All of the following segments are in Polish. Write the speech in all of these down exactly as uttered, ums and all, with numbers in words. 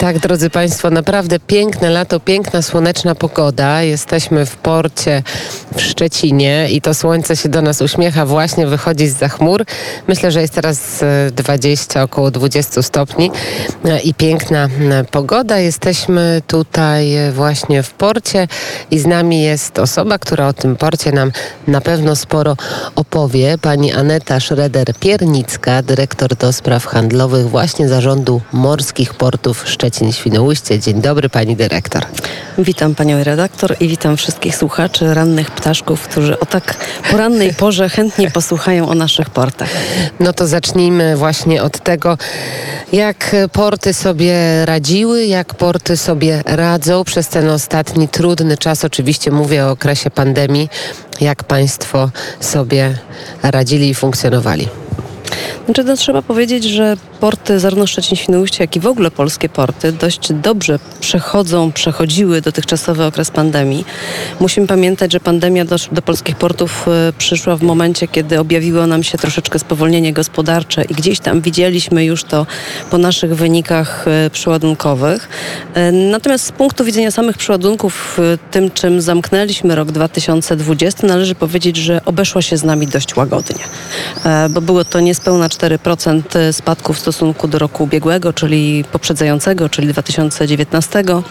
Tak, drodzy Państwo, naprawdę piękne lato, piękna, słoneczna pogoda. Jesteśmy w porcie w Szczecinie i to słońce się do nas uśmiecha, właśnie wychodzi zza chmur. Myślę, że jest teraz dwadzieścia, około dwadzieścia stopni i piękna pogoda. Jesteśmy tutaj właśnie w porcie i z nami jest osoba, która o tym porcie nam na pewno sporo opowie. Pani Aneta Schroeder-Piernicka, dyrektor do spraw handlowych właśnie Zarządu Morskich Portów Szczecin-Świnoujście. Dzień dobry, pani dyrektor. Witam panią redaktor i witam wszystkich słuchaczy, rannych ptaszków, którzy o tak porannej porze chętnie posłuchają o naszych portach. No to zacznijmy właśnie od tego, jak porty sobie radziły, jak porty sobie radzą przez ten ostatni trudny czas. Oczywiście mówię o okresie pandemii. Jak państwo sobie radzili i funkcjonowali? Znaczy, to trzeba powiedzieć, że porty, zarówno Szczecin-Świnoujście, jak i w ogóle polskie porty, dość dobrze przechodzą, przechodziły dotychczasowy okres pandemii. Musimy pamiętać, że pandemia do, do polskich portów y, przyszła w momencie, kiedy objawiło nam się troszeczkę spowolnienie gospodarcze i gdzieś tam widzieliśmy już to po naszych wynikach y, przeładunkowych. Y, natomiast z punktu widzenia samych przeładunków, y, tym czym zamknęliśmy rok dwa tysiące dwudziesty, należy powiedzieć, że obeszło się z nami dość łagodnie, y, bo było to niespełna cztery procent spadku w stosunku do roku ubiegłego, czyli poprzedzającego, czyli dwa tysiące dziewiętnastego.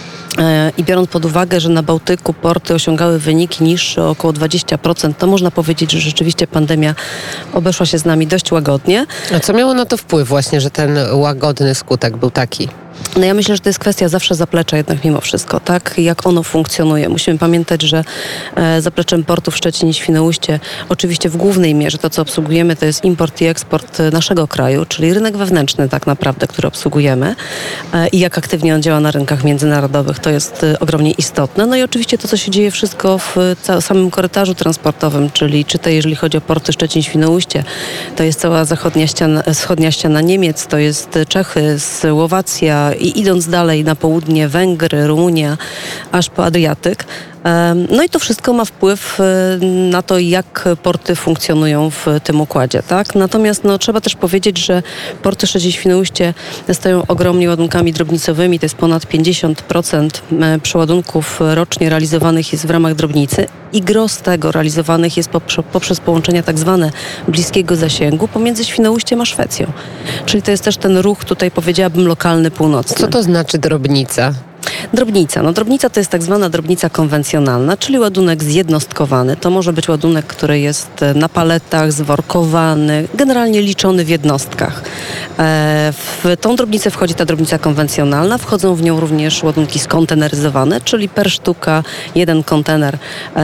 I biorąc pod uwagę, że na Bałtyku porty osiągały wyniki niższe o około dwadzieścia procent, to można powiedzieć, że rzeczywiście pandemia obeszła się z nami dość łagodnie. A co miało na to wpływ właśnie, że ten łagodny skutek był taki? No ja myślę, że to jest kwestia zawsze zaplecza jednak mimo wszystko, tak? Jak ono funkcjonuje. Musimy pamiętać, że e, zapleczem portów Szczecin i Świnoujście oczywiście w głównej mierze to, co obsługujemy, to jest import i eksport naszego kraju, czyli rynek wewnętrzny tak naprawdę, który obsługujemy e, i jak aktywnie on działa na rynkach międzynarodowych, to jest e, ogromnie istotne. No i oczywiście to, co się dzieje wszystko w ca- samym korytarzu transportowym, czyli czy to jeżeli chodzi o porty Szczecin-Świnoujście, to jest cała zachodnia ściana, wschodnia ściana Niemiec, to jest Czechy, Słowacja, i idąc dalej na południe Węgry, Rumunia, aż po Adriatyk. No i to wszystko ma wpływ na to, jak porty funkcjonują w tym układzie, tak? Natomiast no, trzeba też powiedzieć, że porty Szczecin-Świnoujście stoją ogromnie ładunkami drobnicowymi. To jest ponad pięćdziesiąt procent przeładunków rocznie realizowanych jest w ramach drobnicy i gros tego realizowanych jest poprzez, poprzez połączenia tak zwane bliskiego zasięgu pomiędzy Świnoujściem a Szwecją. Czyli to jest też ten ruch, tutaj powiedziałabym, lokalny, północny. Co to znaczy drobnica? Drobnica. No drobnica to jest tak zwana drobnica konwencjonalna, czyli ładunek zjednostkowany. To może być ładunek, który jest na paletach, zworkowany, generalnie liczony w jednostkach. E, w tą drobnicę wchodzi ta drobnica konwencjonalna. Wchodzą w nią również ładunki skonteneryzowane, czyli per sztuka jeden kontener e,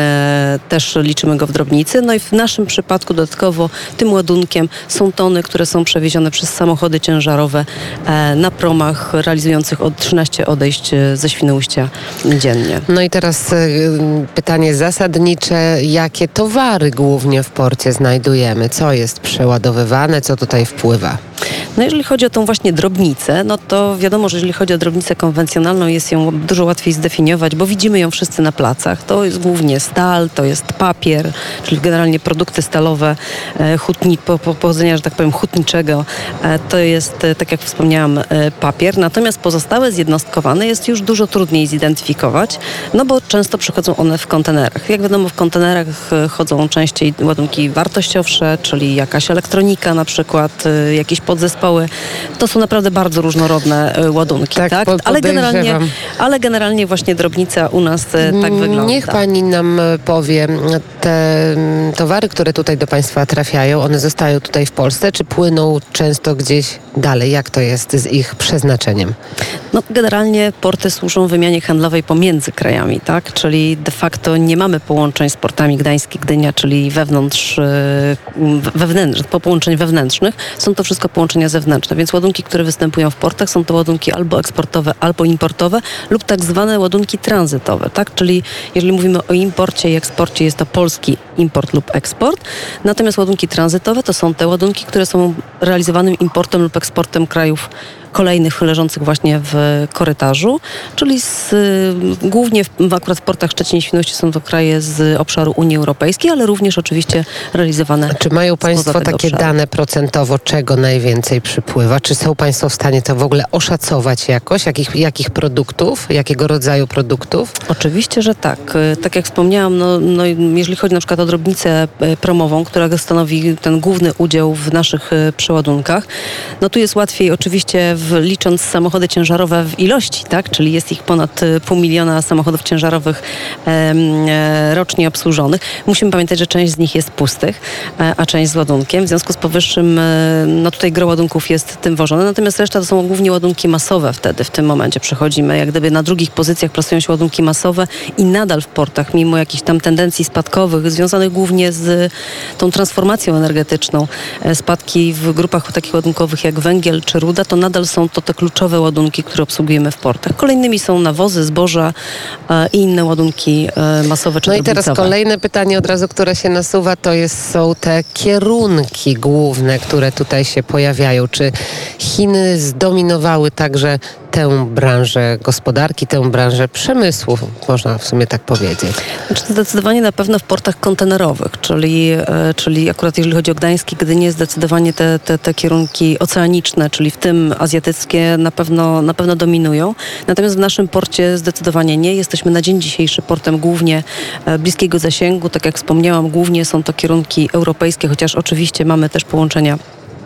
e, też liczymy go w drobnicy. No i w naszym przypadku dodatkowo tym ładunkiem są tony, które są przewiezione przez samochody ciężarowe e, na promach realizujących od trzynaście odejść ze Świnoujścia dziennie. No i teraz y, pytanie zasadnicze. Jakie towary głównie w porcie znajdujemy? Co jest przeładowywane? Co tutaj wpływa? No jeżeli chodzi o tą właśnie drobnicę, no to wiadomo, że jeżeli chodzi o drobnicę konwencjonalną, jest ją dużo łatwiej zdefiniować, bo widzimy ją wszyscy na placach. To jest głównie stal, to jest papier, czyli generalnie produkty stalowe e, hutni, po, po, pochodzenia, że tak powiem, hutniczego. E, to jest, e, tak jak wspomniałam, e, papier. Natomiast pozostałe zjednostkowane jest już dużo trudniej zidentyfikować, no bo często przychodzą one w kontenerach. Jak wiadomo, w kontenerach e, chodzą częściej ładunki wartościowsze, czyli jakaś elektronika na przykład, e, jakieś podzespoły. To są naprawdę bardzo różnorodne ładunki, tak? tak? Ale, generalnie, ale generalnie właśnie drobnica u nas tak wygląda. Niech pani nam powie, te towary, które tutaj do państwa trafiają, one zostają tutaj w Polsce, czy płyną często gdzieś dalej? Jak to jest z ich przeznaczeniem? No, generalnie porty służą wymianie handlowej pomiędzy krajami, tak? Czyli de facto nie mamy połączeń z portami Gdańsk, Gdynia, czyli wewnątrz, wewnętrznych, po połączeń wewnętrznych. Są to wszystko połączenia zewnętrzne, więc ładunki, które występują w portach, są to ładunki albo eksportowe, albo importowe lub tak zwane ładunki tranzytowe, tak? Czyli jeżeli mówimy o imporcie i eksporcie, jest to polski import lub eksport, natomiast ładunki tranzytowe to są te ładunki, które są realizowanym importem lub eksportem krajów kolejnych leżących właśnie w korytarzu, czyli z, głównie w, akurat w portach Szczecin i Świnoujście są to kraje z obszaru Unii Europejskiej, ale również oczywiście realizowane. Czy mają Państwo takie obszaru. dane procentowo, czego najwięcej przypływa? Czy są Państwo w stanie to w ogóle oszacować jakoś? Jakich, jakich produktów? Jakiego rodzaju produktów? Oczywiście, że tak. Tak jak wspomniałam, no, no, jeżeli chodzi na przykład o drobnicę promową, która stanowi ten główny udział w naszych przeładunkach, no tu jest łatwiej oczywiście w, licząc samochody ciężarowe w ilości, tak? Czyli jest ich ponad pół miliona samochodów ciężarowych e, rocznie obsłużonych. Musimy pamiętać, że część z nich jest pustych, e, a część z ładunkiem. W związku z powyższym, e, no tutaj gro ładunków jest tym wożone, natomiast reszta to są głównie ładunki masowe wtedy, w tym momencie przechodzimy. Jak gdyby na drugich pozycjach plasują się ładunki masowe i nadal w portach, mimo jakichś tam tendencji spadkowych, związanych głównie z tą transformacją energetyczną, e, spadki w grupach takich ładunkowych jak węgiel czy ruda, to nadal są to te kluczowe ładunki, które obsługujemy w portach. Kolejnymi są nawozy, zboża e, i inne ładunki e, masowe czy No i teraz drobnicowe. kolejne pytanie od razu, które się nasuwa, to jest, są te kierunki główne, które tutaj się pojawiają. Czy Chiny zdominowały także tę branżę gospodarki, tę branżę przemysłu, można w sumie tak powiedzieć? Znaczy zdecydowanie na pewno w portach kontenerowych, czyli, e, czyli akurat jeżeli chodzi o Gdańsk i Gdynię, zdecydowanie te, te, te kierunki oceaniczne, czyli w tym azjatyckie na pewno, na pewno dominują. Natomiast w naszym porcie zdecydowanie nie. Jesteśmy na dzień dzisiejszy portem głównie e, bliskiego zasięgu. Tak jak wspomniałam, głównie są to kierunki europejskie, chociaż oczywiście mamy też połączenia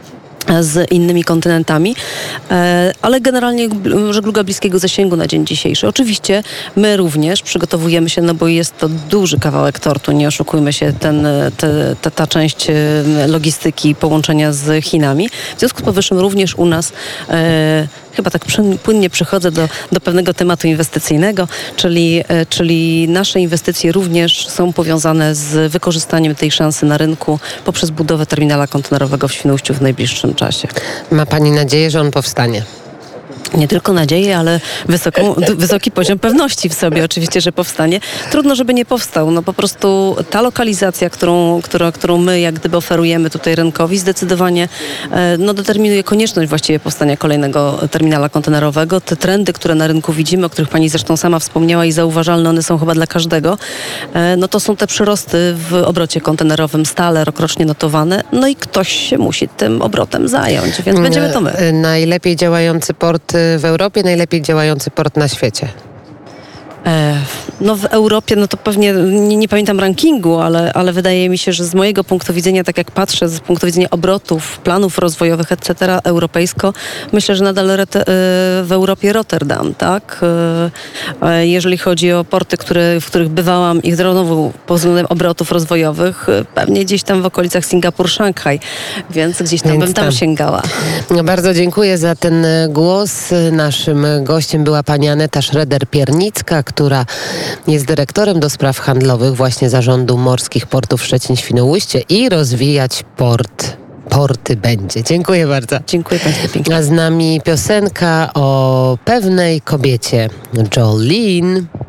z innymi kontynentami, ale generalnie żegluga bliskiego zasięgu na dzień dzisiejszy. Oczywiście my również przygotowujemy się, no bo jest to duży kawałek tortu, nie oszukujmy się, ten, te, te, ta część logistyki połączenia z Chinami. W związku z powyższym również u nas e, chyba tak płynnie przychodzę do, do pewnego tematu inwestycyjnego, czyli, e, czyli nasze inwestycje również są powiązane z wykorzystaniem tej szansy na rynku poprzez budowę terminala kontenerowego w Świnoujściu w najbliższym czasie. Ma Pani nadzieję, że on powstanie? Nie tylko nadzieję, ale wysoką, d- wysoki poziom pewności w sobie oczywiście, że powstanie. Trudno, żeby nie powstał. No po prostu ta lokalizacja, którą, która, którą my jak gdyby oferujemy tutaj rynkowi, zdecydowanie e, no, determinuje konieczność właściwie powstania kolejnego terminala kontenerowego. Te trendy, które na rynku widzimy, o których Pani zresztą sama wspomniała i zauważalne, one są chyba dla każdego, e, no to są te przyrosty w obrocie kontenerowym stale rokrocznie notowane. No i ktoś się musi tym obrotem zająć, więc będziemy to my. Najlepiej działający port w Europie, najlepiej działający port na świecie? E, no w Europie, no to pewnie nie, nie pamiętam rankingu, ale, ale wydaje mi się, że z mojego punktu widzenia, tak jak patrzę, z punktu widzenia obrotów, planów rozwojowych, et cetera, europejsko, myślę, że nadal rete, e, w Europie Rotterdam, tak? E, e, jeżeli chodzi o porty, które, w których bywałam i znowu pod względem obrotów rozwojowych, e, pewnie gdzieś tam w okolicach Singapur, Szanghaj, więc gdzieś tam Więc bym tam, tam sięgała. No, bardzo dziękuję za ten głos. Naszym gościem była pani Aneta Schroeder-Piernicka, która jest dyrektorem do spraw handlowych właśnie Zarządu Morskich Portów Szczecin-Świnoujście i rozwijać port. Porty będzie. Dziękuję bardzo. Dziękuję Państwu pięknie. A z nami piosenka o pewnej kobiecie. Jolene.